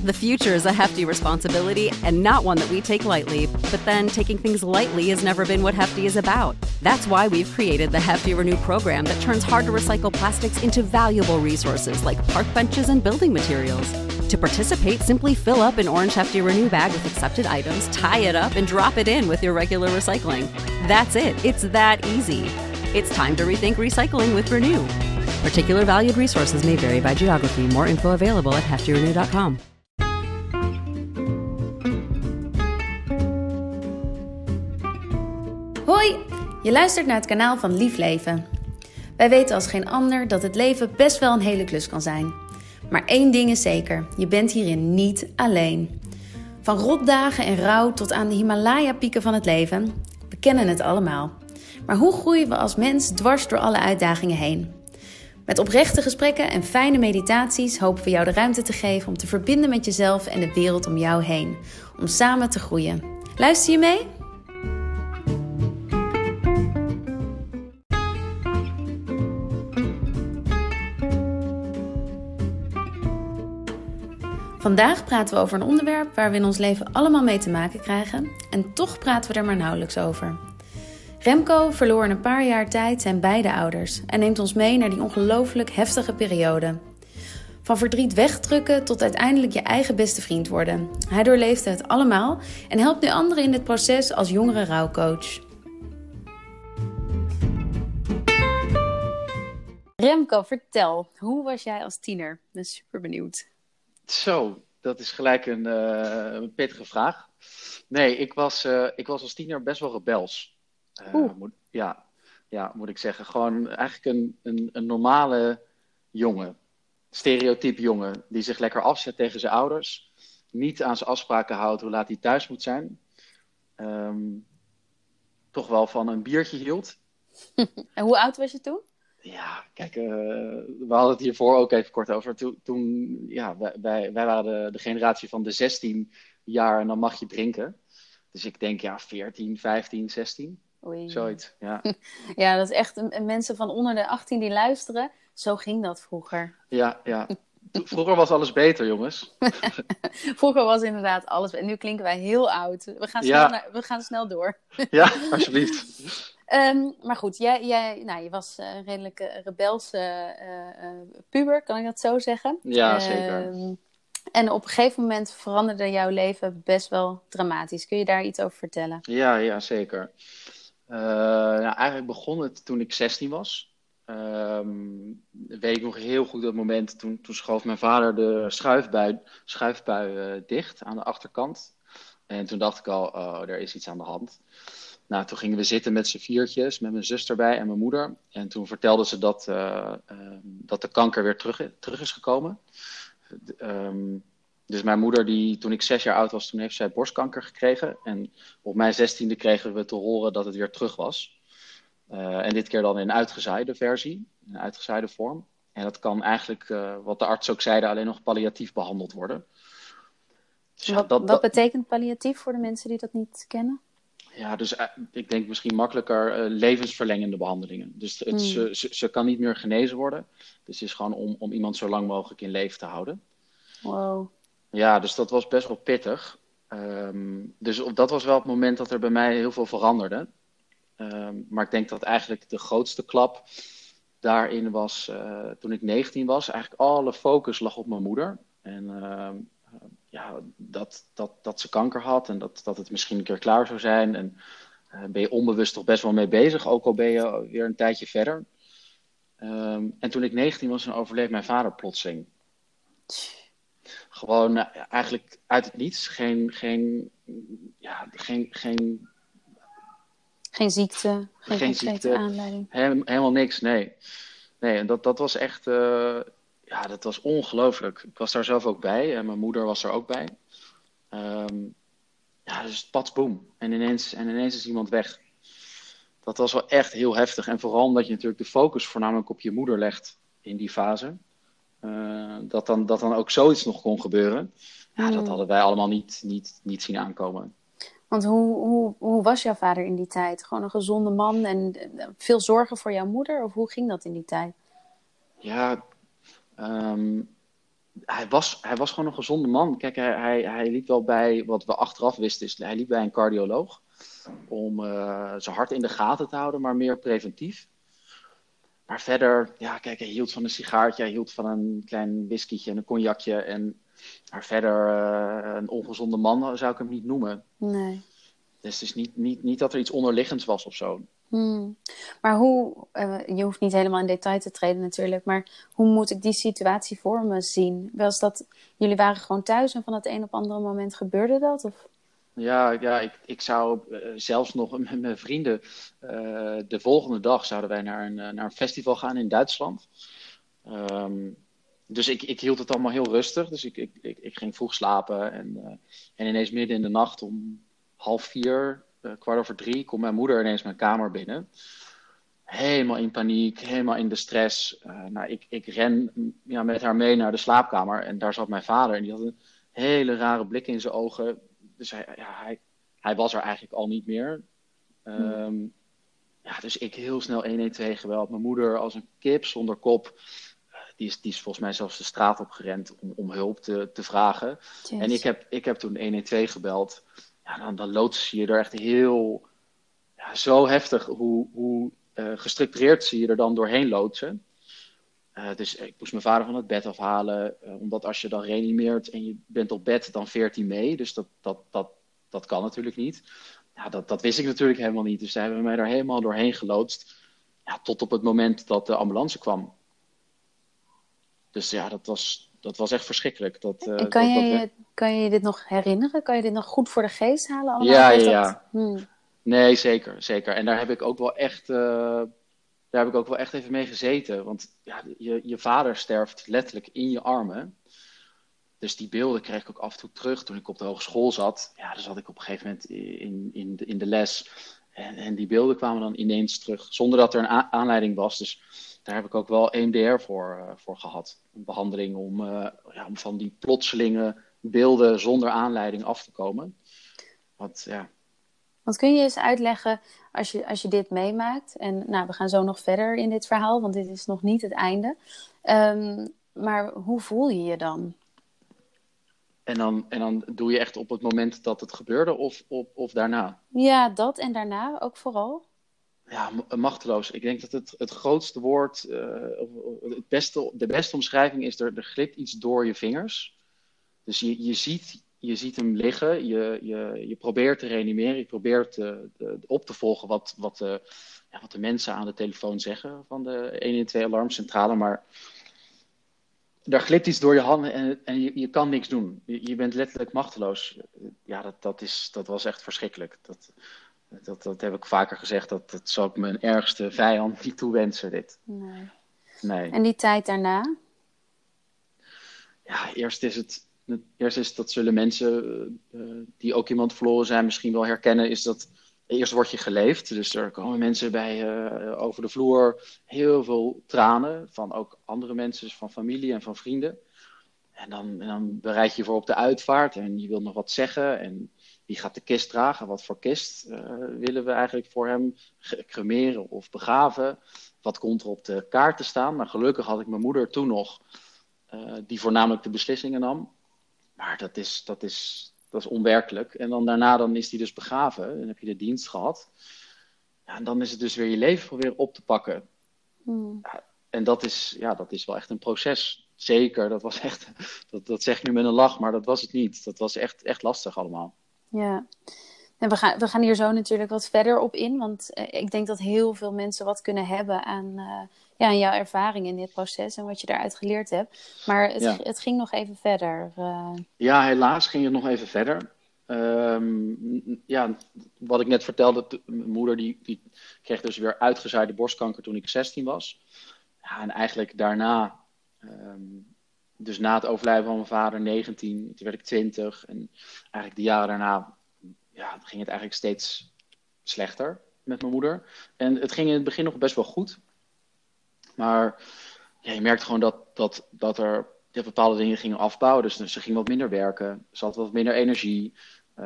The future is a hefty responsibility and not one that we take lightly. But then taking things lightly has never been what Hefty is about. That's why we've created the Hefty Renew program that turns hard to recycle plastics into valuable resources like park benches and building materials. To participate, simply fill up an orange Hefty Renew bag with accepted items, tie it up, and drop it in with your regular recycling. That's it. It's that easy. It's time to rethink recycling with Renew. Particular valued resources may vary by geography. More info available at heftyrenew.com. Hoi, je luistert naar het kanaal van Lief Leven. Wij weten als geen ander dat het leven best wel een hele klus kan zijn. Maar één ding is zeker, je bent hierin niet alleen. Van rotdagen en rouw tot aan de Himalaya-pieken van het leven, we kennen het allemaal. Maar hoe groeien we als mens dwars door alle uitdagingen heen? Met oprechte gesprekken en fijne meditaties hopen we jou de ruimte te geven om te verbinden met jezelf en de wereld om jou heen. Om samen te groeien. Luister je mee? Vandaag praten we over een onderwerp waar we in ons leven allemaal mee te maken krijgen. En toch praten we er maar nauwelijks over. Remco verloor in een paar jaar tijd zijn beide ouders en neemt ons mee naar die ongelooflijk heftige periode. Van verdriet wegdrukken tot uiteindelijk je eigen beste vriend worden. Hij doorleefde het allemaal en helpt nu anderen in dit proces als jongere rouwcoach. Remco, vertel, hoe was jij als tiener? Ik ben super benieuwd. Zo, dat is gelijk een pittige vraag. Nee, ik was als tiener best wel rebels. Moet ik zeggen. Gewoon eigenlijk een normale jongen. Stereotype jongen. Die zich lekker afzet tegen zijn ouders. Niet aan zijn afspraken houdt hoe laat hij thuis moet zijn. Toch wel van een biertje hield. En hoe oud was je toen? Ja, kijk, we hadden het hiervoor ook even kort over. Wij waren de generatie van de 16 jaar en dan mag je drinken. Dus ik denk 14, 15, 16. Oei. Zoiets, ja. Ja, dat is echt mensen van onder de 18 die luisteren. Zo ging dat vroeger. Ja. Vroeger was alles beter, jongens. Vroeger was inderdaad alles. En nu klinken wij heel oud. We gaan snel door. Ja, alsjeblieft. Maar goed, je was een redelijk rebelse puber, kan ik dat zo zeggen? Ja, zeker. En op een gegeven moment veranderde jouw leven best wel dramatisch. Kun je daar iets over vertellen? Ja, zeker. Eigenlijk begon het toen ik 16 was. Weet ik nog heel goed dat moment. Toen schoof mijn vader de schuifbui dicht aan de achterkant. En toen dacht ik al, er is iets aan de hand. Nou, toen gingen we zitten met z'n viertjes, met mijn zus erbij en mijn moeder. En toen vertelden ze dat de kanker weer terug is gekomen. Dus mijn moeder, toen ik 6 jaar oud was, toen heeft zij borstkanker gekregen. En op mijn 16e kregen we te horen dat het weer terug was. En dit keer dan in een uitgezaaide versie, in een uitgezaaide vorm. En dat kan eigenlijk, wat de arts ook zeiden, alleen nog palliatief behandeld worden. Dus wat betekent palliatief voor de mensen die dat niet kennen? Ja, dus ik denk misschien makkelijker levensverlengende behandelingen. Dus ze kan niet meer genezen worden. Dus het is gewoon om iemand zo lang mogelijk in leven te houden. Wow. Ja, dus dat was best wel pittig. Dus dat was wel het moment dat er bij mij heel veel veranderde. Maar ik denk dat eigenlijk de grootste klap daarin was toen ik 19 was. Eigenlijk alle focus lag op mijn moeder. En dat ze kanker had en dat het misschien een keer klaar zou zijn. En ben je onbewust toch best wel mee bezig, ook al ben je weer een tijdje verder. En toen ik 19 was, dan overleed mijn vader plotseling. Gewoon eigenlijk uit het niets. Geen ziekte, geen ziekte aanleiding. Helemaal niks, nee. Nee, en dat was echt... dat was ongelooflijk. Ik was daar zelf ook bij en mijn moeder was er ook bij. Dus pats, boem. En ineens is iemand weg. Dat was wel echt heel heftig. En vooral omdat je natuurlijk de focus voornamelijk op je moeder legt in die fase. Dat dan ook zoiets nog kon gebeuren. Ja, dat hadden wij allemaal niet zien aankomen. Want hoe was jouw vader in die tijd? Gewoon een gezonde man en veel zorgen voor jouw moeder? Of hoe ging dat in die tijd? Ja, Hij was gewoon een gezonde man. Kijk, hij liep wel bij, wat we achteraf wisten, is hij liep bij een cardioloog om zijn hart in de gaten te houden, maar meer preventief. Maar verder, ja, kijk, hij hield van een sigaartje, hij hield van een klein whiskytje en een cognacje. Maar verder, een ongezonde man zou ik hem niet noemen. Nee. Dus het is niet dat er iets onderliggends was of zo. Maar je hoeft niet helemaal in detail te treden natuurlijk, maar hoe moet ik die situatie voor me zien? Was dat, jullie waren gewoon thuis en van het een op andere moment gebeurde dat? Of? Ja, ik zou zelfs nog met mijn vrienden, de volgende dag zouden wij naar een festival gaan in Duitsland. Dus ik hield het allemaal heel rustig. Dus ik ging vroeg slapen en ineens midden in de nacht om 3:30, 2:15, komt mijn moeder ineens mijn kamer binnen. Helemaal in paniek, helemaal in de stress. Ik ren met haar mee naar de slaapkamer en daar zat mijn vader en die had een hele rare blik in zijn ogen. Dus hij was er eigenlijk al niet meer. Dus ik heel snel 112 gebeld. Mijn moeder als een kip zonder kop. Die is volgens mij zelfs de straat op gerend om hulp te vragen. Yes. En ik heb toen 112 gebeld. Ja, dan loodsen je er echt heel... Ja, zo heftig hoe gestructureerd zie je er dan doorheen loodsen. Dus ik moest mijn vader van het bed afhalen. Omdat als je dan reanimeert en je bent op bed, dan veert hij mee. Dus dat kan natuurlijk niet. Ja, dat wist ik natuurlijk helemaal niet. Dus daar hebben we mij er helemaal doorheen geloodst. Ja, tot op het moment dat de ambulance kwam. Dus ja, dat was echt verschrikkelijk. Kan je dit nog herinneren? Kan je dit nog goed voor de geest halen? Allemaal? Ja. Nee, zeker. En daar heb ik ook wel echt... Daar heb ik ook wel echt even mee gezeten. Want ja, je vader sterft letterlijk in je armen. Dus die beelden kreeg ik ook af en toe terug toen ik op de hogeschool zat. Ja, dan zat ik op een gegeven moment in de les. En die beelden kwamen dan ineens terug. Zonder dat er een aanleiding was. Dus daar heb ik ook wel EMDR voor gehad. Een behandeling om van die plotselinge beelden zonder aanleiding af te komen. Want kun je eens uitleggen, als je dit meemaakt... en we gaan zo nog verder in dit verhaal, want dit is nog niet het einde. Maar hoe voel je je dan? En dan doe je echt op het moment dat het gebeurde of daarna? Ja, dat en daarna ook vooral. Ja, machteloos. Ik denk dat het grootste woord, de beste omschrijving is, er glipt iets door je vingers. Dus je ziet hem liggen, je probeert te reanimeren, je probeert op te volgen wat de mensen aan de telefoon zeggen van de 112 alarmcentrale, maar daar glipt iets door je handen en je kan niks doen. Je bent letterlijk machteloos. Ja, dat was echt verschrikkelijk. Dat heb ik vaker gezegd, dat zou ik mijn ergste vijand niet toewensen, dit. Nee. En die tijd daarna? Ja, eerst is dat zullen mensen die ook iemand verloren zijn misschien wel herkennen, is dat eerst word je geleefd. Dus er komen mensen bij over de vloer, heel veel tranen van ook andere mensen, van familie en van vrienden. En dan bereid je je voor op de uitvaart en je wil nog wat zeggen. En wie gaat de kist dragen? Wat voor kist willen we eigenlijk voor hem cremeren of begraven? Wat komt er op de kaart te staan? Maar gelukkig had ik mijn moeder toen nog, die voornamelijk de beslissingen nam. Maar dat is onwerkelijk. En dan daarna is hij dus begraven. En dan heb je de dienst gehad. Ja, en dan is het dus weer je leven proberen op te pakken. Ja, en dat is wel echt een proces. Zeker, dat was echt... Dat zeg ik nu met een lach, maar dat was het niet. Dat was echt lastig allemaal. Ja. En we gaan hier zo natuurlijk wat verder op in. Want ik denk dat heel veel mensen wat kunnen hebben aan jouw ervaring in dit proces. En wat je daaruit geleerd hebt. Maar het ging nog even verder. Ja, helaas ging het nog even verder. Wat ik net vertelde. Mijn moeder die kreeg dus weer uitgezaaide borstkanker toen ik 16 was. Ja, en eigenlijk daarna... dus na het overlijden van mijn vader 19, toen werd ik 20. En eigenlijk de jaren daarna ging het eigenlijk steeds slechter met mijn moeder. En het ging in het begin nog best wel goed. Maar je merkte gewoon dat er bepaalde dingen gingen afbouwen. Dus ze ging wat minder werken. Ze had wat minder energie.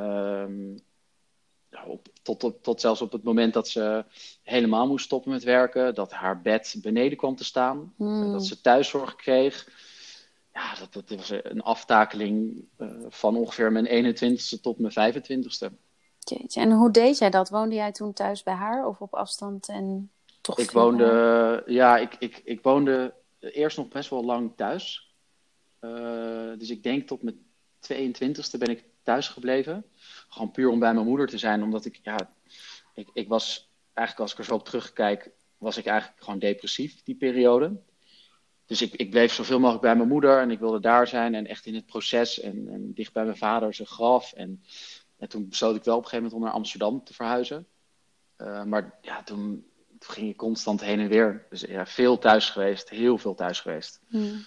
Tot zelfs op het moment dat ze helemaal moest stoppen met werken. Dat haar bed beneden kwam te staan. Dat ze thuiszorg kreeg. dat was een aftakeling van ongeveer mijn 21ste tot mijn 25ste. Jeetje. En hoe deed jij dat? Woonde jij toen thuis bij haar of op afstand en toch Ik via haar? woonde, ik woonde eerst nog best wel lang thuis. Dus ik denk tot mijn 22ste ben ik thuis gebleven. Gewoon puur om bij mijn moeder te zijn, omdat ik was eigenlijk, als ik er zo op terugkijk, was ik eigenlijk gewoon depressief die periode. Dus ik bleef zoveel mogelijk bij mijn moeder en ik wilde daar zijn en echt in het proces en dicht bij mijn vader zijn graf. En toen besloot ik wel op een gegeven moment om naar Amsterdam te verhuizen. Maar ja, toen ging ik constant heen en weer. Dus ja, veel thuis geweest, heel veel thuis geweest.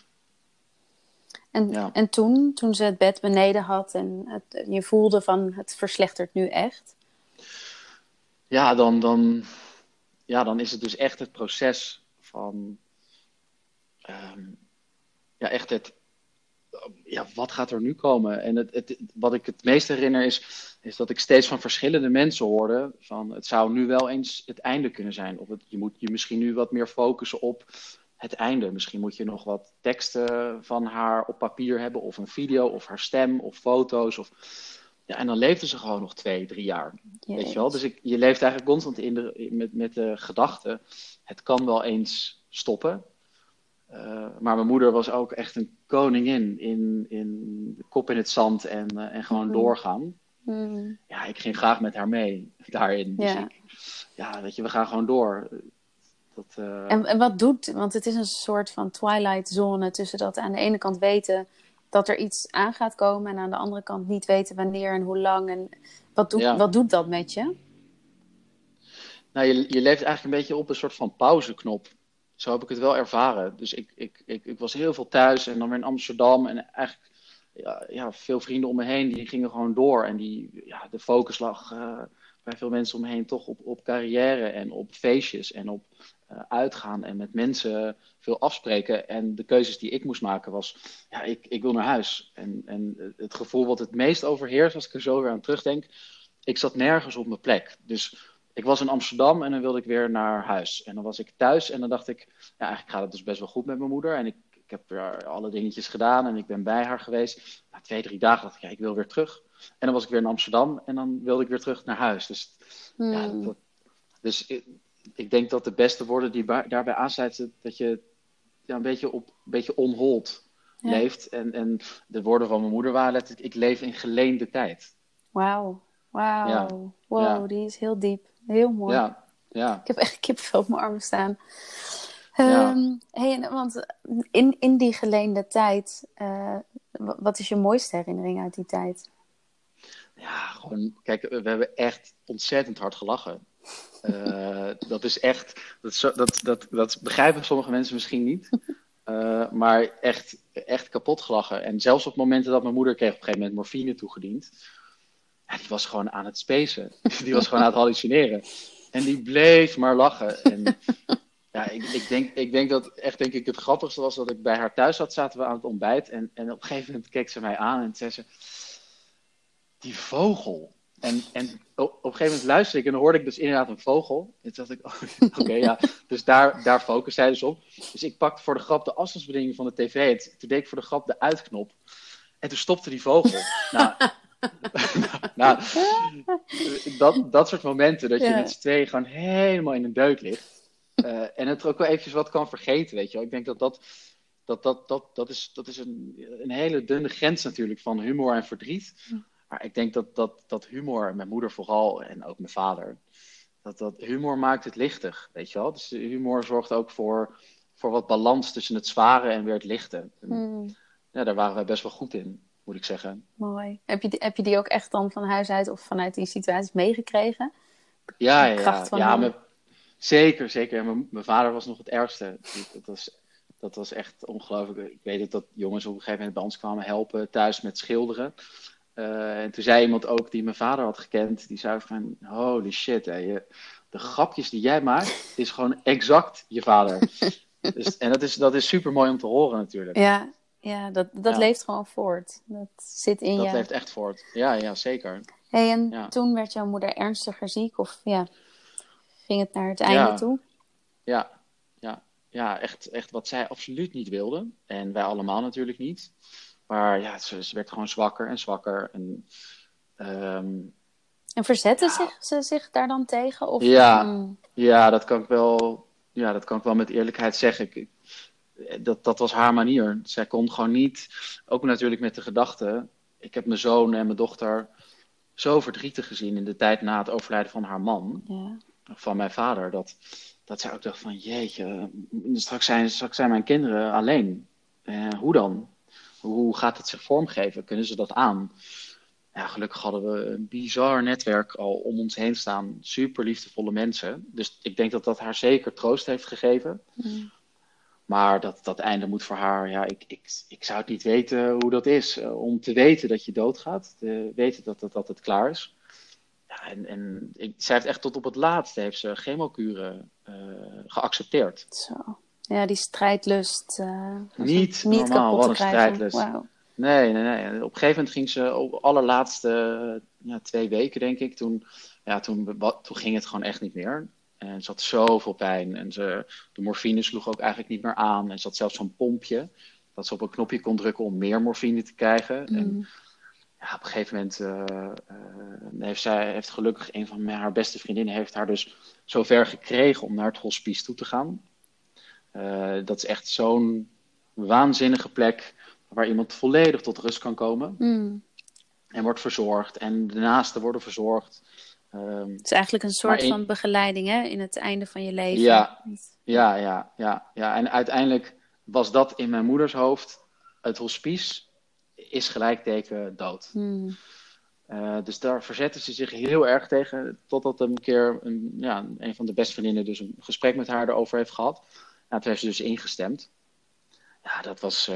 En toen ze het bed beneden had en je voelde van het verslechtert nu echt? Ja, dan is het dus echt het proces van echt wat gaat er nu komen? En wat ik het meest herinner is dat ik steeds van verschillende mensen hoorde van het zou nu wel eens het einde kunnen zijn. Of je moet je misschien nu wat meer focussen op het einde. Misschien moet je nog wat teksten van haar op papier hebben of een video of haar stem of foto's. En dan leefde ze gewoon nog 2-3 jaar. Jeetje. Weet je wel? Dus je leeft eigenlijk constant met de gedachte, het kan wel eens stoppen. Maar mijn moeder was ook echt een koningin in de kop in het zand en gewoon doorgaan. Ja, ik ging graag met haar mee daarin. Dus weet je, we gaan gewoon door. En wat doet, want het is een soort van twilight zone tussen dat aan de ene kant weten dat er iets aan gaat komen en aan de andere kant niet weten wanneer en hoe lang. En wat doet dat met je? Nou, je leeft eigenlijk een beetje op een soort van pauzeknop. Zo heb ik het wel ervaren. Dus ik was heel veel thuis en dan weer in Amsterdam. En eigenlijk veel vrienden om me heen, die gingen gewoon door. En de focus lag bij veel mensen om me heen toch op carrière en op feestjes en op uitgaan en met mensen veel afspreken. En de keuzes die ik moest maken was, ik wil naar huis. En het gevoel wat het meest overheerst, als ik er zo weer aan terugdenk, ik zat nergens op mijn plek. Dus ik was in Amsterdam en dan wilde ik weer naar huis. En dan was ik thuis en dan dacht ik, eigenlijk gaat het dus best wel goed met mijn moeder. En ik heb weer alle dingetjes gedaan en ik ben bij haar geweest. Na 2-3 dagen dacht ik, ik wil weer terug. En dan was ik weer in Amsterdam en dan wilde ik weer terug naar huis. Dus ik denk dat de beste woorden die daarbij aansluiten, dat je een beetje on hold leeft. En de woorden van mijn moeder waren letterlijk, ik leef in geleende tijd. Wauw. Ja. Wow, die is heel diep. Heel mooi. Ja. Ik heb echt kippenvel op mijn armen staan. Want in die geleende tijd, wat is je mooiste herinnering uit die tijd? Ja, gewoon, kijk, we hebben echt ontzettend hard gelachen. Dat is echt, dat begrijpen sommige mensen misschien niet. Maar echt kapot gelachen. En zelfs op momenten dat mijn moeder kreeg op een gegeven moment morfine toegediend. Ja, die was gewoon aan het spacen. Die was gewoon aan het hallucineren. En die bleef maar lachen. En ik denk dat echt het grappigste was dat ik bij haar thuis zat, zaten we aan het ontbijt. En op een gegeven moment keek ze mij aan en zei ze, die vogel. En op een gegeven moment luisterde ik en dan hoorde ik dus inderdaad een vogel. En toen dacht ik, oké. Dus daar focus zij dus op. Dus ik pakte voor de grap de afstandsbediening van de tv. En toen deed ik voor de grap de uitknop. En toen stopte die vogel. Dat soort momenten, dat je met z'n tweeën gewoon helemaal in een deuk ligt. En het ook wel eventjes wat kan vergeten, weet je wel. Ik denk dat is een hele dunne grens natuurlijk van humor en verdriet. Maar ik denk dat humor, mijn moeder vooral en ook mijn vader, dat humor maakt het lichtig, weet je wel. Dus humor zorgt ook voor wat balans tussen het zware en weer het lichte. Daar waren wij best wel goed in, moet ik zeggen. Mooi. Heb je die ook echt dan van huis uit of vanuit die situaties meegekregen? Zeker. Mijn vader was nog het ergste. Dat was echt ongelooflijk. Ik weet dat jongens op een gegeven moment bij ons kwamen helpen thuis met schilderen. En toen zei iemand ook die mijn vader had gekend, die zei van, holy shit, de grapjes die jij maakt, is gewoon exact je vader. En dat is super mooi om te horen natuurlijk. Ja, dat leeft gewoon voort. Dat zit in je. Dat leeft echt voort. Ja, zeker. Toen werd jouw moeder ernstiger ziek of ging het naar het einde toe? Ja. echt wat zij absoluut niet wilde. En wij allemaal natuurlijk niet. Maar ja, ze werd gewoon zwakker en zwakker. En En verzette ja, ze zich daar dan tegen? Of, ja, ja, dat kan ik wel met eerlijkheid zeggen. Dat was haar manier. Zij kon gewoon niet, ook natuurlijk met de gedachte. Ik heb mijn zoon en mijn dochter zo verdrietig gezien in de tijd na het overlijden van haar man, ja. van mijn vader, dat zij ook dacht van jeetje, straks zijn mijn kinderen alleen. Hoe dan? Hoe gaat het zich vormgeven? Kunnen ze dat aan? Ja, gelukkig hadden we een bizar netwerk al om ons heen staan. Super liefdevolle mensen. Dus ik denk dat dat haar zeker troost heeft gegeven. Maar dat einde moet voor haar, ja, ik zou het niet weten hoe dat is. Om te weten dat je doodgaat. Te weten dat het klaar is. Ja, zij heeft echt tot op het laatste heeft ze chemokuren geaccepteerd. Zo. Ja, die strijdlust. Niet niet normaal, kapot wat te een krijgen. strijdlust. Wauw. Nee. Op een gegeven moment ging ze op de allerlaatste 2 weken, denk ik. Toen ging het gewoon echt niet meer. En ze had zoveel pijn. En de morfine sloeg ook eigenlijk niet meer aan. En ze had zelfs zo'n pompje. Dat ze op een knopje kon drukken om meer morfine te krijgen. En ja, op een gegeven moment heeft gelukkig een van haar beste vriendinnen heeft haar dus zover gekregen om naar het hospice toe te gaan. Dat is echt zo'n waanzinnige plek waar iemand volledig tot rust kan komen. En wordt verzorgd. En de naasten worden verzorgd. Het is eigenlijk een soort van begeleiding, hè? In het einde van je leven. Ja. En uiteindelijk was dat in mijn moeders hoofd. Het hospice is gelijkteken dood. Dus daar verzette ze zich heel erg tegen. Totdat een keer een van de beste vriendinnen dus een gesprek met haar erover heeft gehad. Nou, toen heeft ze dus ingestemd. Ja, dat was...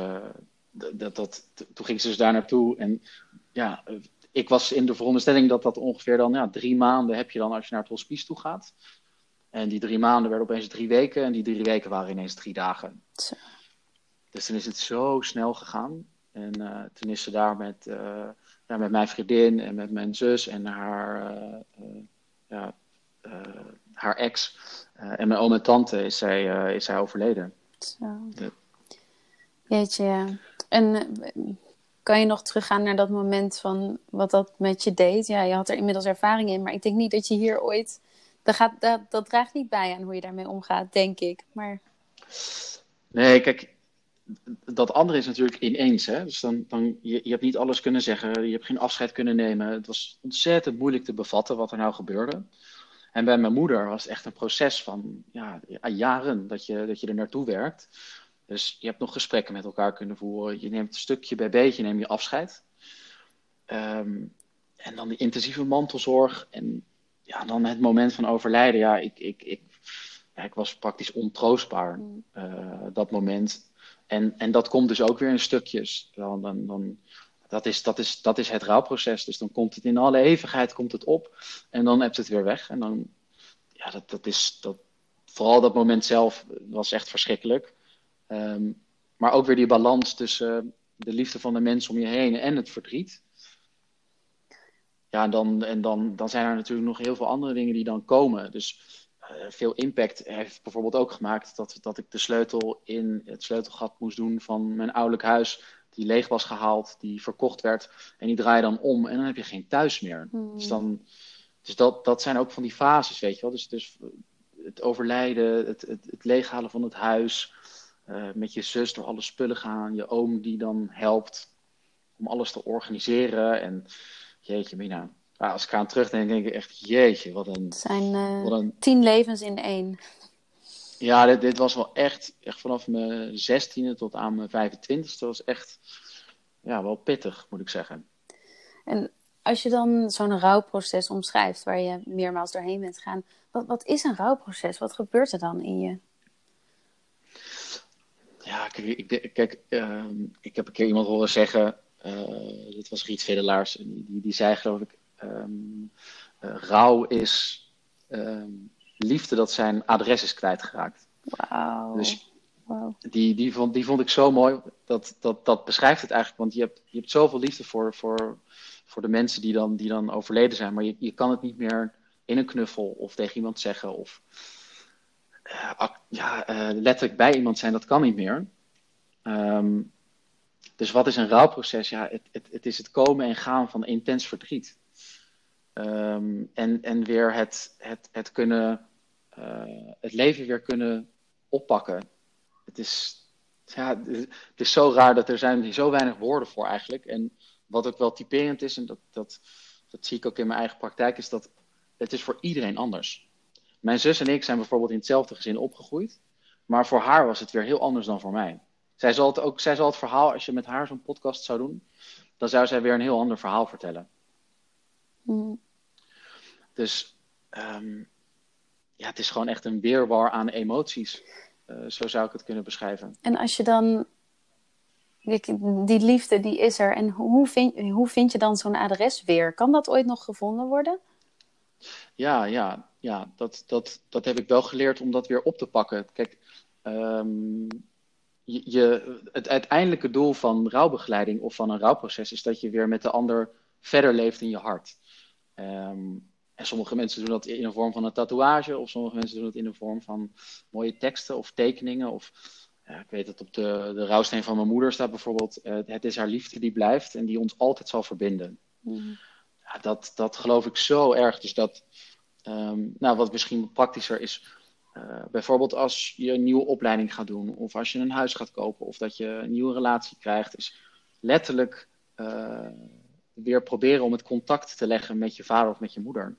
toen ging ze dus daar naartoe. En ja, ik was in de veronderstelling dat ongeveer dan 3 maanden heb je dan als je naar het hospice toe gaat. En die 3 maanden werden opeens 3 weken. En die 3 weken waren ineens 3 dagen. Zo. Dus toen is het zo snel gegaan. En toen is ze daar met mijn vriendin en met mijn zus en haar ex en mijn oom en tante is zij overleden. Zo. Jeetje, ja. En kan je nog teruggaan naar dat moment van wat dat met je deed? Ja, je had er inmiddels ervaring in, maar ik denk niet dat je hier ooit... Dat draagt niet bij aan hoe je daarmee omgaat, denk ik. Maar... Nee, kijk, dat andere is natuurlijk ineens. Hè? Dus je hebt niet alles kunnen zeggen, je hebt geen afscheid kunnen nemen. Het was ontzettend moeilijk te bevatten wat er nou gebeurde. En bij mijn moeder was het echt een proces van jaren dat je er naartoe werkt. Dus je hebt nog gesprekken met elkaar kunnen voeren. Je neemt stukje bij beetje neem je afscheid. En dan die intensieve mantelzorg. En ja, dan het moment van overlijden. Ja, ik was praktisch ontroostbaar. Dat moment. En dat komt dus ook weer in stukjes. Dat is het rouwproces. Dus dan komt het in alle eeuwigheid komt het op. En dan hebt het weer weg. En dan, ja, vooral dat moment zelf was echt verschrikkelijk. Maar ook weer die balans tussen de liefde van de mensen om je heen en het verdriet. Ja, dan zijn er natuurlijk nog heel veel andere dingen die dan komen. Dus veel impact heeft bijvoorbeeld ook gemaakt dat ik de sleutel in het sleutelgat moest doen van mijn ouderlijk huis. Die leeg was gehaald, die verkocht werd. En die draai je dan om en dan heb je geen thuis meer. Dus dat zijn ook van die fases, weet je wel. Dus het overlijden, het leeghalen van het huis. Met je zus door alle spullen gaan. Je oom die dan helpt om alles te organiseren. En jeetje mina. Als ik aan terugdenk, denk ik echt, jeetje, wat een... Het zijn 10 levens in 1. Ja, dit was wel echt vanaf mijn 16e tot aan mijn 25e. was echt wel pittig, moet ik zeggen. En als je dan zo'n rouwproces omschrijft, waar je meermaals doorheen bent gegaan. Wat is een rouwproces? Wat gebeurt er dan in je? Ja, kijk, ik heb een keer iemand horen zeggen, dit was Riet Vedelaars, die zei geloof ik, rouw is liefde dat zijn adres is kwijtgeraakt. Wauw. Dus die vond ik zo mooi, dat beschrijft het eigenlijk, want je hebt zoveel liefde voor de mensen die dan overleden zijn, maar je kan het niet meer in een knuffel of tegen iemand zeggen. letterlijk bij iemand zijn, dat kan niet meer. Dus wat is een rouwproces? Ja, het is het komen en gaan van intens verdriet. En weer het kunnen, het leven weer kunnen oppakken. Het is zo raar dat er zijn zo weinig woorden voor eigenlijk. En wat ook wel typerend is, en dat zie ik ook in mijn eigen praktijk, is dat het is voor iedereen anders. Mijn zus en ik zijn bijvoorbeeld in hetzelfde gezin opgegroeid. Maar voor haar was het weer heel anders dan voor mij. Zij zal het verhaal, als je met haar zo'n podcast zou doen, dan zou zij weer een heel ander verhaal vertellen. Mm. Dus het is gewoon echt een weerwar aan emoties. Zo zou ik het kunnen beschrijven. En als je dan... Die liefde, die is er. En hoe vind je dan zo'n adres weer? Kan dat ooit nog gevonden worden? Ja, dat heb ik wel geleerd om dat weer op te pakken. Kijk, het uiteindelijke doel van rouwbegeleiding of van een rouwproces is dat je weer met de ander verder leeft in je hart. En sommige mensen doen dat in een vorm van een tatoeage, of sommige mensen doen het in de vorm van mooie teksten of tekeningen. Of ik weet dat op de rouwsteen van mijn moeder staat bijvoorbeeld: het is haar liefde die blijft en die ons altijd zal verbinden. Mm. Ja, dat geloof ik zo erg. Dus dat, wat misschien praktischer is, bijvoorbeeld als je een nieuwe opleiding gaat doen, of als je een huis gaat kopen, of dat je een nieuwe relatie krijgt, is letterlijk weer proberen om het contact te leggen met je vader of met je moeder.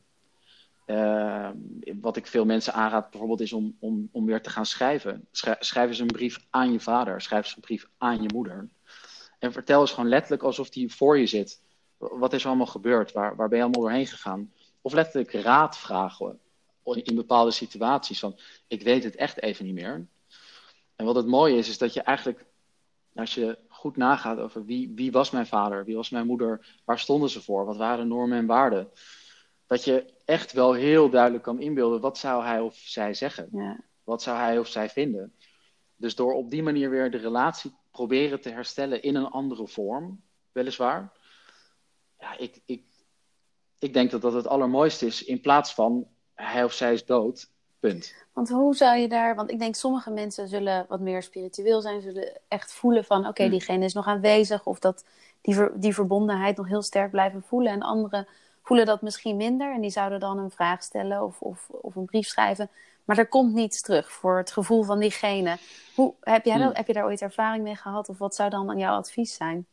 Wat ik veel mensen aanraad bijvoorbeeld is om weer te gaan schrijven. Schrijf eens een brief aan je vader, schrijf eens een brief aan je moeder. En vertel eens gewoon letterlijk alsof die voor je zit. Wat is er allemaal gebeurd? Waar ben je allemaal doorheen gegaan? Of letterlijk raad vragen in bepaalde situaties. Van, ik weet het echt even niet meer. En wat het mooie is dat je eigenlijk, als je goed nagaat over wie was mijn vader, wie was mijn moeder, waar stonden ze voor, wat waren normen en waarden, dat je echt wel heel duidelijk kan inbeelden, wat zou hij of zij zeggen? Ja. Wat zou hij of zij vinden? Dus door op die manier weer de relatie proberen te herstellen in een andere vorm, weliswaar. Ja, ik denk dat het allermooiste is, in plaats van hij of zij is dood, punt. Want hoe zou je daar... Want ik denk sommige mensen zullen wat meer spiritueel zijn, zullen echt voelen van oké, diegene is nog aanwezig, of dat die verbondenheid nog heel sterk blijven voelen. En anderen voelen dat misschien minder en die zouden dan een vraag stellen of een brief schrijven. Maar er komt niets terug voor het gevoel van diegene. Heb je daar ooit ervaring mee gehad? Of wat zou dan jouw advies zijn?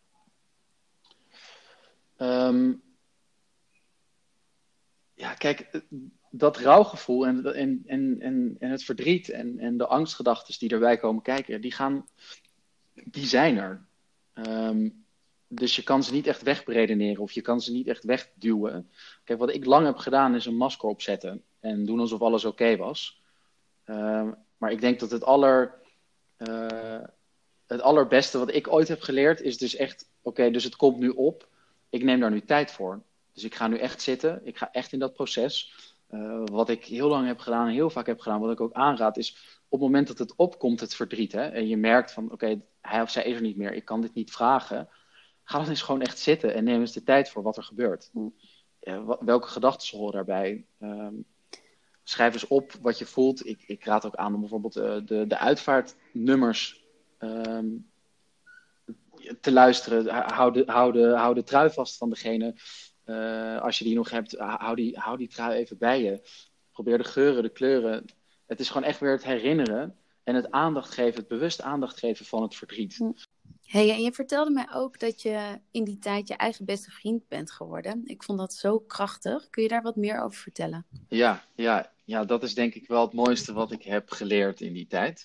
Kijk, dat rouwgevoel en het verdriet en de angstgedachten die erbij komen kijken, die zijn er. Dus je kan ze niet echt wegberedeneren of je kan ze niet echt wegduwen. Kijk, wat ik lang heb gedaan is een masker opzetten en doen alsof alles oké was. Maar ik denk dat het allerbeste wat ik ooit heb geleerd is dus echt, oké, dus het komt nu op. Ik neem daar nu tijd voor. Dus ik ga nu echt zitten. Ik ga echt in dat proces. Wat ik heel lang heb gedaan en heel vaak heb gedaan, wat ik ook aanraad, is op het moment dat het opkomt, het verdriet. Hè, en je merkt van, oké, hij of zij is er niet meer. Ik kan dit niet vragen. Ga dan eens gewoon echt zitten en neem eens de tijd voor wat er gebeurt. Welke gedachten horen daarbij? Schrijf eens op wat je voelt. Ik raad ook aan om bijvoorbeeld de uitvaartnummers te luisteren. Hou de trui vast van degene. Als je die nog hebt, hou die trui even bij je. Probeer de geuren, de kleuren. Het is gewoon echt weer het herinneren en het aandacht geven, het bewust aandacht geven van het verdriet. Hey, en je vertelde mij ook dat je in die tijd je eigen beste vriend bent geworden. Ik vond dat zo krachtig. Kun je daar wat meer over vertellen? Ja, dat is denk ik wel het mooiste wat ik heb geleerd in die tijd.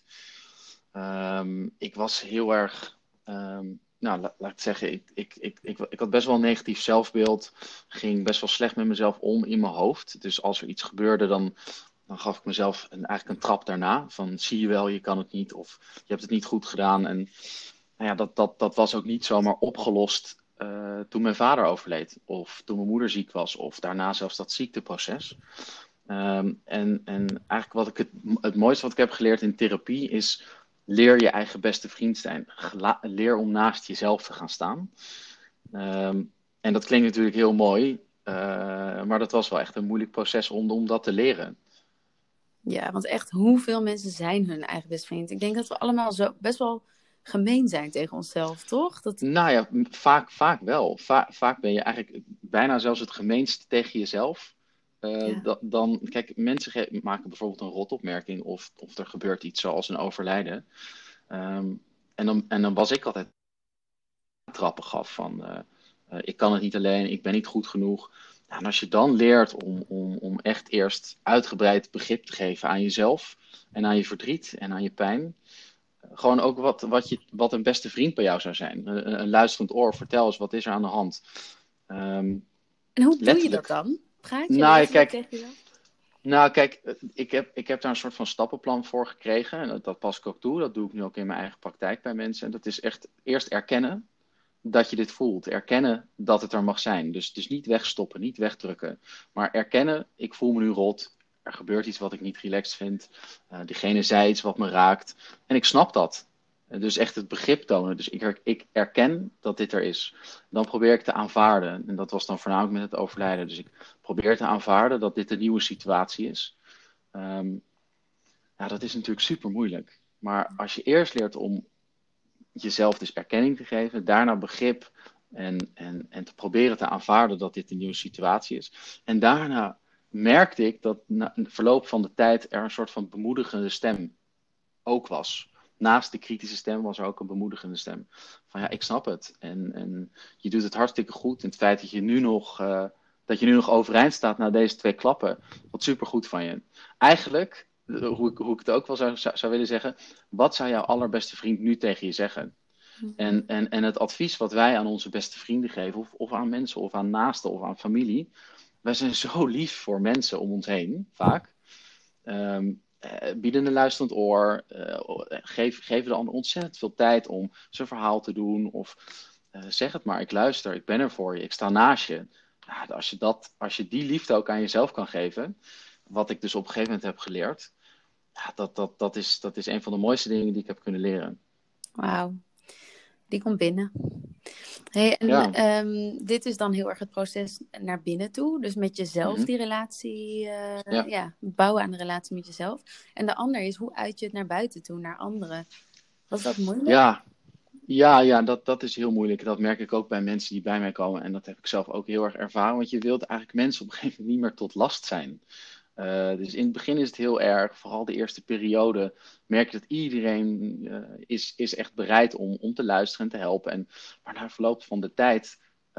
Ik was heel erg... laat ik zeggen, ik had best wel een negatief zelfbeeld. Ging best wel slecht met mezelf om in mijn hoofd. Dus als er iets gebeurde, dan gaf ik mezelf eigenlijk een trap daarna. Van, zie je wel, je kan het niet. Of je hebt het niet goed gedaan. En dat was ook niet zomaar opgelost toen mijn vader overleed. Of toen mijn moeder ziek was. Of daarna zelfs dat ziekteproces. En eigenlijk het mooiste wat ik heb geleerd in therapie is: leer je eigen beste vriend zijn. Leer om naast jezelf te gaan staan. En dat klinkt natuurlijk heel mooi. Maar dat was wel echt een moeilijk proces om dat te leren. Ja, want echt, hoeveel mensen zijn hun eigen beste vriend? Ik denk dat we allemaal zo best wel gemeen zijn tegen onszelf, toch? Nou ja, vaak wel. Vaak ben je eigenlijk bijna zelfs het gemeenst tegen jezelf. Ja. Dan, kijk, mensen maken bijvoorbeeld een rotopmerking of er gebeurt iets zoals een overlijden. Ehm, en dan was ik altijd trappen gaf van ik kan het niet alleen, ik ben niet goed genoeg. Nou, en als je dan leert om echt eerst uitgebreid begrip te geven aan jezelf en aan je verdriet en aan je pijn. Gewoon ook wat een beste vriend bij jou zou zijn. Een luisterend oor, vertel eens, wat is er aan de hand? Ehm, En hoe doe je dat letterlijk. dan? Praat je Nou, letterlijk kijk, tegen jezelf? nou, kijk, ik heb daar een soort van stappenplan voor gekregen. En dat pas ik ook toe. Dat doe ik nu ook in mijn eigen praktijk bij mensen. En dat is echt eerst erkennen dat je dit voelt. Erkennen dat het er mag zijn. Dus niet wegstoppen, niet wegdrukken. Maar erkennen, ik voel me nu rot. Er gebeurt iets wat ik niet relaxed vind. Diegene zei iets wat me raakt. En ik snap dat. Dus echt het begrip tonen. Dus ik erken dat dit er is. Dan probeer ik te aanvaarden. En dat was dan voornamelijk met het overlijden. Dus ik probeer te aanvaarden dat dit een nieuwe situatie is. Ja, dat is natuurlijk super moeilijk. Maar als je eerst leert om jezelf dus erkenning te geven, daarna begrip en te proberen te aanvaarden dat dit een nieuwe situatie is. En daarna merkte ik dat na het verloop van de tijd er een soort van bemoedigende stem ook was. Naast de kritische stem was er ook een bemoedigende stem. Van ja, ik snap het. En je doet het hartstikke goed. En het feit dat je nu nog overeind staat na deze 2 klappen, wat supergoed van je. Eigenlijk, hoe ik het ook wel zou willen zeggen, wat zou jouw allerbeste vriend nu tegen je zeggen? En het advies wat wij aan onze beste vrienden geven, of aan mensen, of aan naasten, of aan familie. Wij zijn zo lief voor mensen om ons heen, vaak. Bieden een luisterend oor. Geven de ander ontzettend veel tijd om zijn verhaal te doen. Of zeg het maar, ik luister, ik ben er voor je, ik sta naast je. Nou, als je die liefde ook aan jezelf kan geven, wat ik dus op een gegeven moment heb geleerd, ja, dat is een van de mooiste dingen die ik heb kunnen leren. Wauw, die komt binnen. Hey, en Ja. dit is dan heel erg het proces naar binnen toe. Dus met jezelf Mhm. die relatie, Ja. bouwen aan de relatie met jezelf. En de ander is, hoe uit je het naar buiten toe, naar anderen? Was dat moeilijk? Ja, ja, dat is heel moeilijk. Dat merk ik ook bij mensen die bij mij komen. En dat heb ik zelf ook heel erg ervaren. Want je wilt eigenlijk mensen op een gegeven moment niet meer tot last zijn. Dus in het begin is het heel erg. Vooral de eerste periode merk je dat iedereen is echt bereid om te luisteren en te helpen. Maar na verloop van de tijd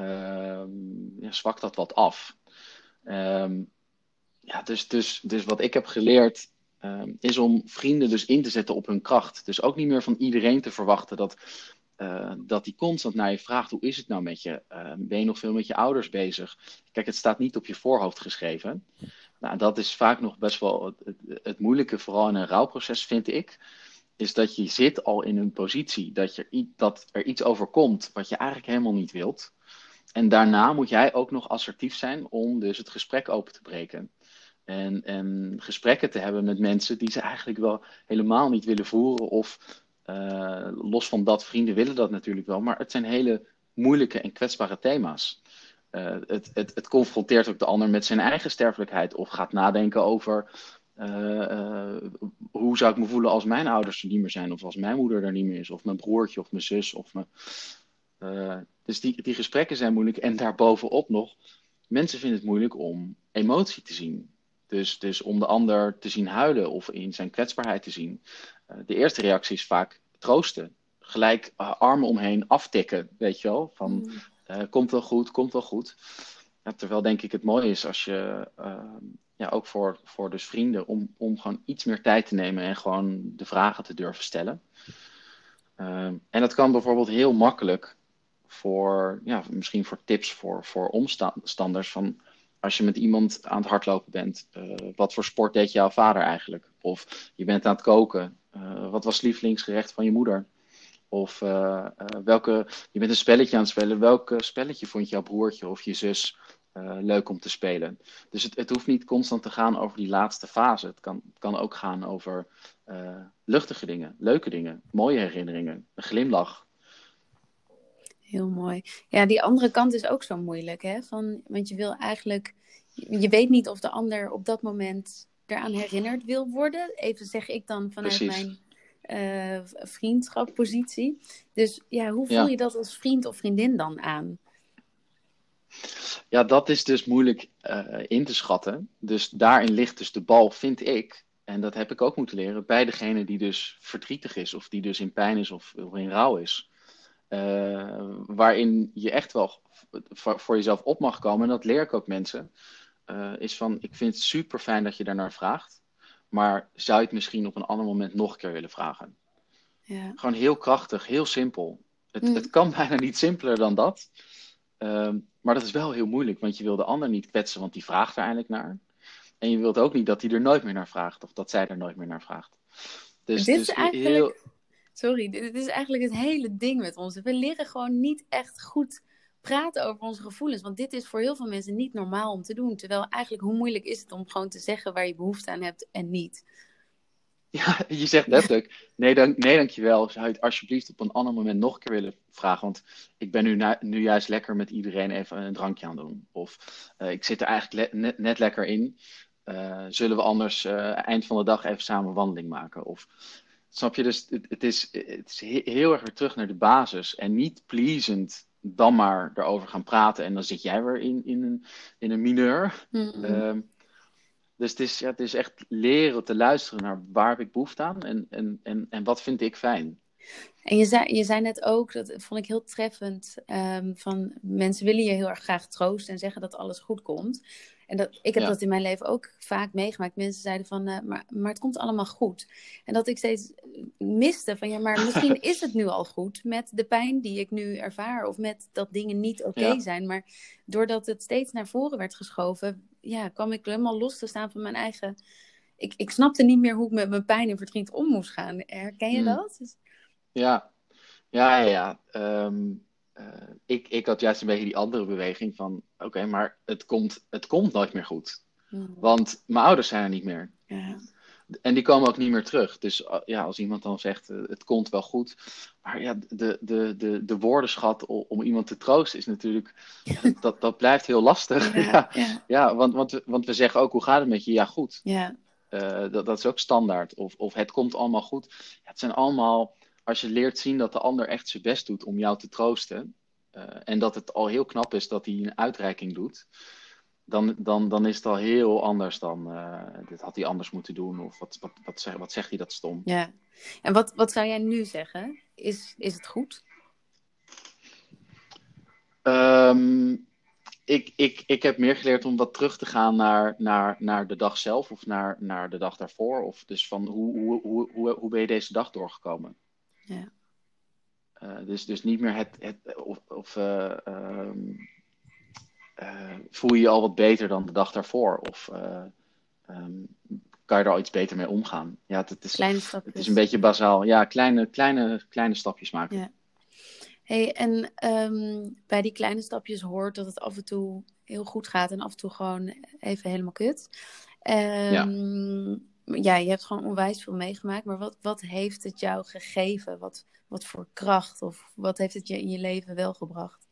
ja, zwakt dat wat af. Ehm, ja, dus wat ik heb geleerd is om vrienden dus in te zetten op hun kracht. Dus ook niet meer van iedereen te verwachten dat die constant naar je vraagt: hoe is het nou met je? Ben je nog veel met je ouders bezig? Kijk, het staat niet op je voorhoofd geschreven. Nou, dat is vaak nog best wel het moeilijke, vooral in een rouwproces, vind ik. Is dat je zit al in een positie dat er iets overkomt wat je eigenlijk helemaal niet wilt. En daarna moet jij ook nog assertief zijn om dus het gesprek open te breken. En gesprekken te hebben met mensen die ze eigenlijk wel helemaal niet willen voeren. Of los van dat, vrienden willen dat natuurlijk wel. Maar het zijn hele moeilijke en kwetsbare thema's. Het confronteert ook de ander met zijn eigen sterfelijkheid. Of gaat nadenken over hoe zou ik me voelen als mijn ouders er niet meer zijn. Of als mijn moeder er niet meer is. Of mijn broertje of mijn zus. Dus die gesprekken zijn moeilijk. En daarbovenop nog, mensen vinden het moeilijk om emotie te zien. Dus om de ander te zien huilen of in zijn kwetsbaarheid te zien. De eerste reactie is vaak troosten. Gelijk armen omheen aftikken, weet je wel. Van komt wel goed, komt wel goed. Ja, terwijl denk ik het mooi is als je, ja, ook voor dus vrienden, om gewoon iets meer tijd te nemen en gewoon de vragen te durven stellen. En dat kan bijvoorbeeld heel makkelijk misschien voor tips voor omstanders. Van als je met iemand aan het hardlopen bent, wat voor sport deed jouw vader eigenlijk? Of je bent aan het koken, wat was het lievelingsgerecht van je moeder? Of je bent een spelletje aan het spelen, welk spelletje vond jouw broertje of je zus leuk om te spelen? Dus het hoeft niet constant te gaan over die laatste fase. Het kan ook gaan over luchtige dingen, leuke dingen, mooie herinneringen, een glimlach. Heel mooi. Ja, die andere kant is ook zo moeilijk, hè? Want je wil eigenlijk, je weet niet of de ander op dat moment eraan herinnerd wil worden. Even zeg ik dan vanuit Precies. mijn vriendschappositie. Dus ja, hoe voel je Ja. dat als vriend of vriendin dan aan? Ja, dat is dus moeilijk in te schatten. Dus daarin ligt dus de bal, vind ik, en dat heb ik ook moeten leren, bij degene die dus verdrietig is, of die dus in pijn is of in rouw is. Waarin je echt wel voor jezelf op mag komen, en dat leer ik ook mensen, is van, ik vind het super fijn dat je daarnaar vraagt, maar zou je het misschien op een ander moment nog een keer willen vragen? Ja. Gewoon heel krachtig, heel simpel. Mm. Het kan bijna niet simpeler dan dat. Maar dat is wel heel moeilijk, want je wil de ander niet kwetsen, want die vraagt er eigenlijk naar. En je wilt ook niet dat hij er nooit meer naar vraagt, of dat zij er nooit meer naar vraagt. Dus, Dit is dus heel, eigenlijk, sorry, dit is eigenlijk het hele ding met ons. We leren gewoon niet echt goed praten over onze gevoelens. Want dit is voor heel veel mensen niet normaal om te doen. Terwijl eigenlijk, hoe moeilijk is het om gewoon te zeggen waar je behoefte aan hebt en niet? ja, je zegt letterlijk, nee dankjewel, zou je het alsjeblieft op een ander moment nog een keer willen vragen, want ik ben nu juist lekker met iedereen even een drankje aan het doen. Of ik zit er eigenlijk net lekker in. Zullen we anders eind van de dag even samen een wandeling maken? Of, snap je, dus het is heel erg weer terug naar de basis en niet pleasend dan maar erover gaan praten en dan zit jij weer in een mineur. Mm-mm. Dus het is echt leren te luisteren naar waar heb ik behoefte aan en wat vind ik fijn. En je zei net ook, dat vond ik heel treffend, van mensen willen je heel erg graag troosten en zeggen dat alles goed komt. En ik heb Ja, dat in mijn leven ook vaak meegemaakt. Mensen zeiden van, maar het komt allemaal goed. En dat ik steeds miste van, ja, maar misschien is het nu al goed met de pijn die ik nu ervaar. Of met dat dingen niet oké ja, zijn. Maar doordat het steeds naar voren werd geschoven, ja, kwam ik helemaal los te staan van mijn eigen... Ik snapte niet meer hoe ik met mijn pijn en verdriet om moest gaan. Herken je mm, dat? ja, ja. Ik had juist een beetje die andere beweging van, oké, maar het komt nooit meer goed. Hmm. Want mijn ouders zijn er niet meer. Ja. En die komen ook niet meer terug. Dus ja, als iemand dan zegt, het komt wel goed. Maar ja, de woordenschat om iemand te troosten is natuurlijk, dat blijft heel lastig. Ja, Ja, ja, ja want we zeggen ook, hoe gaat het met je? Ja, goed. ja. Dat is ook standaard. Of het komt allemaal goed. Ja, het zijn allemaal, als je leert zien dat de ander echt zijn best doet om jou te troosten. En dat het al heel knap is dat hij een uitreiking doet. Dan is het al heel anders dan, dit had hij anders moeten doen. Of wat zegt hij dat stom. Ja. En wat zou jij nu zeggen? Is het goed? Ehm, ik heb meer geleerd om wat terug te gaan naar de dag zelf. Of naar de dag daarvoor. Of dus van hoe ben je deze dag doorgekomen? Ja. Dus niet meer voel je je al wat beter dan de dag daarvoor? Of kan je er al iets beter mee omgaan? Ja, Kleine het is stapjes. een beetje bazaal. Ja, kleine stapjes maken. Ja. Hey, en bij die kleine stapjes hoort dat het af en toe heel goed gaat en af en toe gewoon even helemaal kut. Ja. Ja, je hebt gewoon onwijs veel meegemaakt, maar wat heeft het jou gegeven? Wat voor kracht of wat heeft het je in je leven wel gebracht?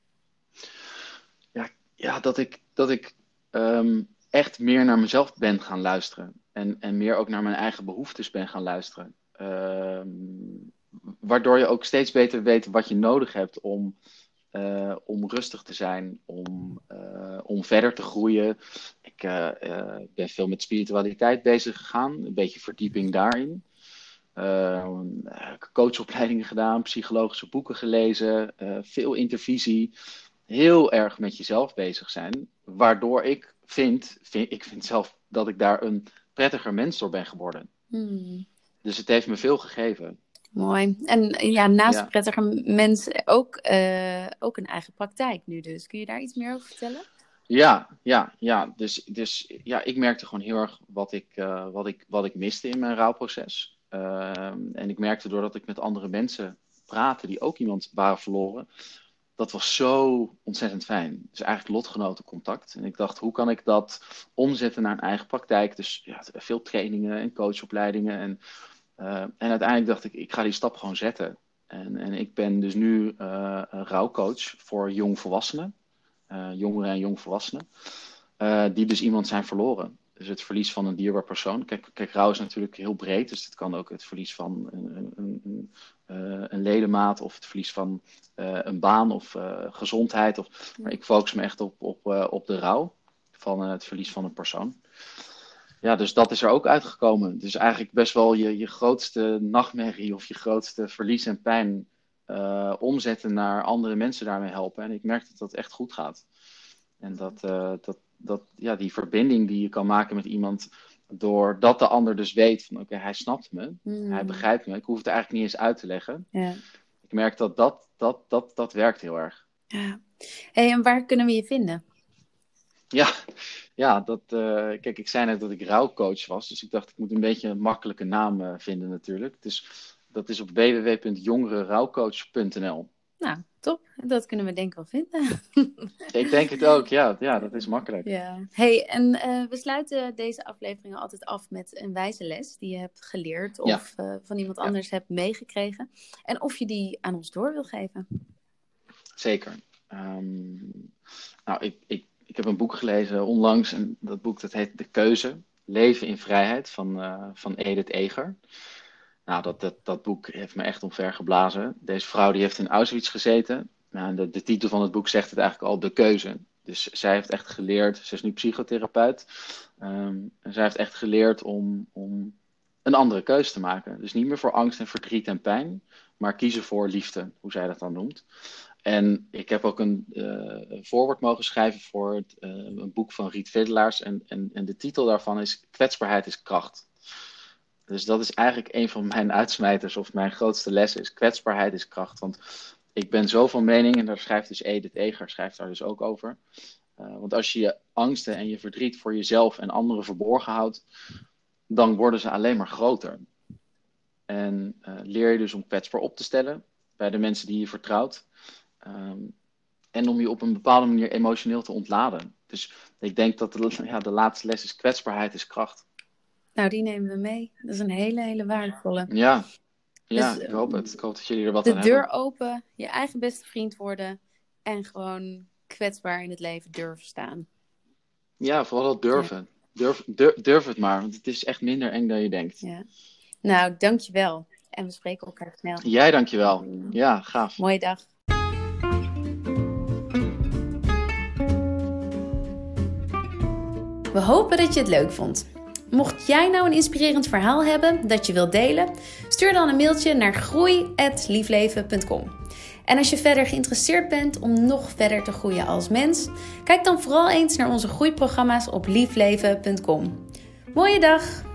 Ja, dat ik echt meer naar mezelf ben gaan luisteren. En meer ook naar mijn eigen behoeftes ben gaan luisteren. Waardoor je ook steeds beter weet wat je nodig hebt om rustig te zijn, om verder te groeien. Ik ben veel met spiritualiteit bezig gegaan, een beetje verdieping daarin. Coachopleidingen gedaan, psychologische boeken gelezen, veel intervisie. Heel erg met jezelf bezig zijn. Waardoor ik vind zelf dat ik daar een prettiger mens door ben geworden. Dus het heeft me veel gegeven. Mooi. En ja, naast Ja, prettige mensen ook een eigen praktijk nu dus. Kun je daar iets meer over vertellen? ja. Dus ja, ik merkte gewoon heel erg wat ik miste in mijn rouwproces. En ik merkte doordat ik met andere mensen praatte die ook iemand waren verloren. Dat was zo ontzettend fijn. Dus eigenlijk lotgenotencontact. En ik dacht, hoe kan ik dat omzetten naar een eigen praktijk? Dus ja, veel trainingen en coachopleidingen. En uiteindelijk dacht ik ga die stap gewoon zetten. En ik ben dus nu een rouwcoach voor jongvolwassenen. Jongeren en jongvolwassenen. Die dus iemand zijn verloren. Dus het verlies van een dierbaar persoon. Kijk, rouw is natuurlijk heel breed. Dus het kan ook het verlies van een ledemaat of het verlies van een baan of gezondheid. Maar ik focus me echt op de rouw van het verlies van een persoon. Ja, dus dat is er ook uitgekomen. Dus eigenlijk best wel je grootste nachtmerrie of je grootste verlies en pijn omzetten naar andere mensen daarmee helpen. En ik merk dat dat echt goed gaat. En dat die verbinding die je kan maken met iemand, doordat de ander dus weet van oké, hij snapt me, hij begrijpt me, ik hoef het eigenlijk niet eens uit te leggen. Ja. Ik merk dat werkt heel erg. Ja. Hey, en waar kunnen we je vinden? Ja, kijk, ik zei net dat ik rouwcoach was, dus ik dacht ik moet een beetje een makkelijke naam vinden natuurlijk. Dus dat is op www.jongerenrouwcoach.nl. Nou, top. Dat kunnen we denk ik wel vinden. Ik denk het ook, ja, dat is makkelijk. Ja. Hey, en we sluiten deze afleveringen altijd af met een wijze les die je hebt geleerd of van iemand anders hebt meegekregen. En of je die aan ons door wil geven. Zeker. Ik heb een boek gelezen onlangs en dat boek dat heet De Keuze, Leven in Vrijheid van Edith Eger. Nou, dat boek heeft me echt omvergeblazen. Deze vrouw die heeft in Auschwitz gezeten. Nou, de titel van het boek zegt het eigenlijk al, De Keuze. Dus zij heeft echt geleerd, ze is nu psychotherapeut. En zij heeft echt geleerd om een andere keuze te maken. Dus niet meer voor angst en verdriet en pijn, maar kiezen voor liefde, hoe zij dat dan noemt. En ik heb ook een voorwoord mogen schrijven voor een boek van Riet Vedelaars. En de titel daarvan is Kwetsbaarheid is kracht. Dus dat is eigenlijk een van mijn uitsmijters of mijn grootste lessen is kwetsbaarheid is kracht. Want ik ben zo van mening, en daar schrijft dus Edith Eger daar dus ook over. Want als je je angsten en je verdriet voor jezelf en anderen verborgen houdt, dan worden ze alleen maar groter. En leer je dus om kwetsbaar op te stellen bij de mensen die je vertrouwt. En om je op een bepaalde manier emotioneel te ontladen. Dus ik denk dat de laatste les is kwetsbaarheid is kracht. Nou, die nemen we mee. Dat is een hele waardevolle. Ja, dus, ik hoop het. Ik hoop dat jullie er wat aan hebben. De deur open, je eigen beste vriend worden en gewoon kwetsbaar in het leven durven staan. Ja, vooral dat durven. Ja. Durf het maar, want het is echt minder eng dan je denkt. Ja. Nou, dankjewel. En we spreken elkaar snel. Jij dankjewel. Ja, gaaf. Mooie dag. We hopen dat je het leuk vond. Mocht jij nou een inspirerend verhaal hebben dat je wilt delen, stuur dan een mailtje naar groei@liefleven.com. En als je verder geïnteresseerd bent om nog verder te groeien als mens, kijk dan vooral eens naar onze groeiprogramma's op liefleven.com. Mooie dag!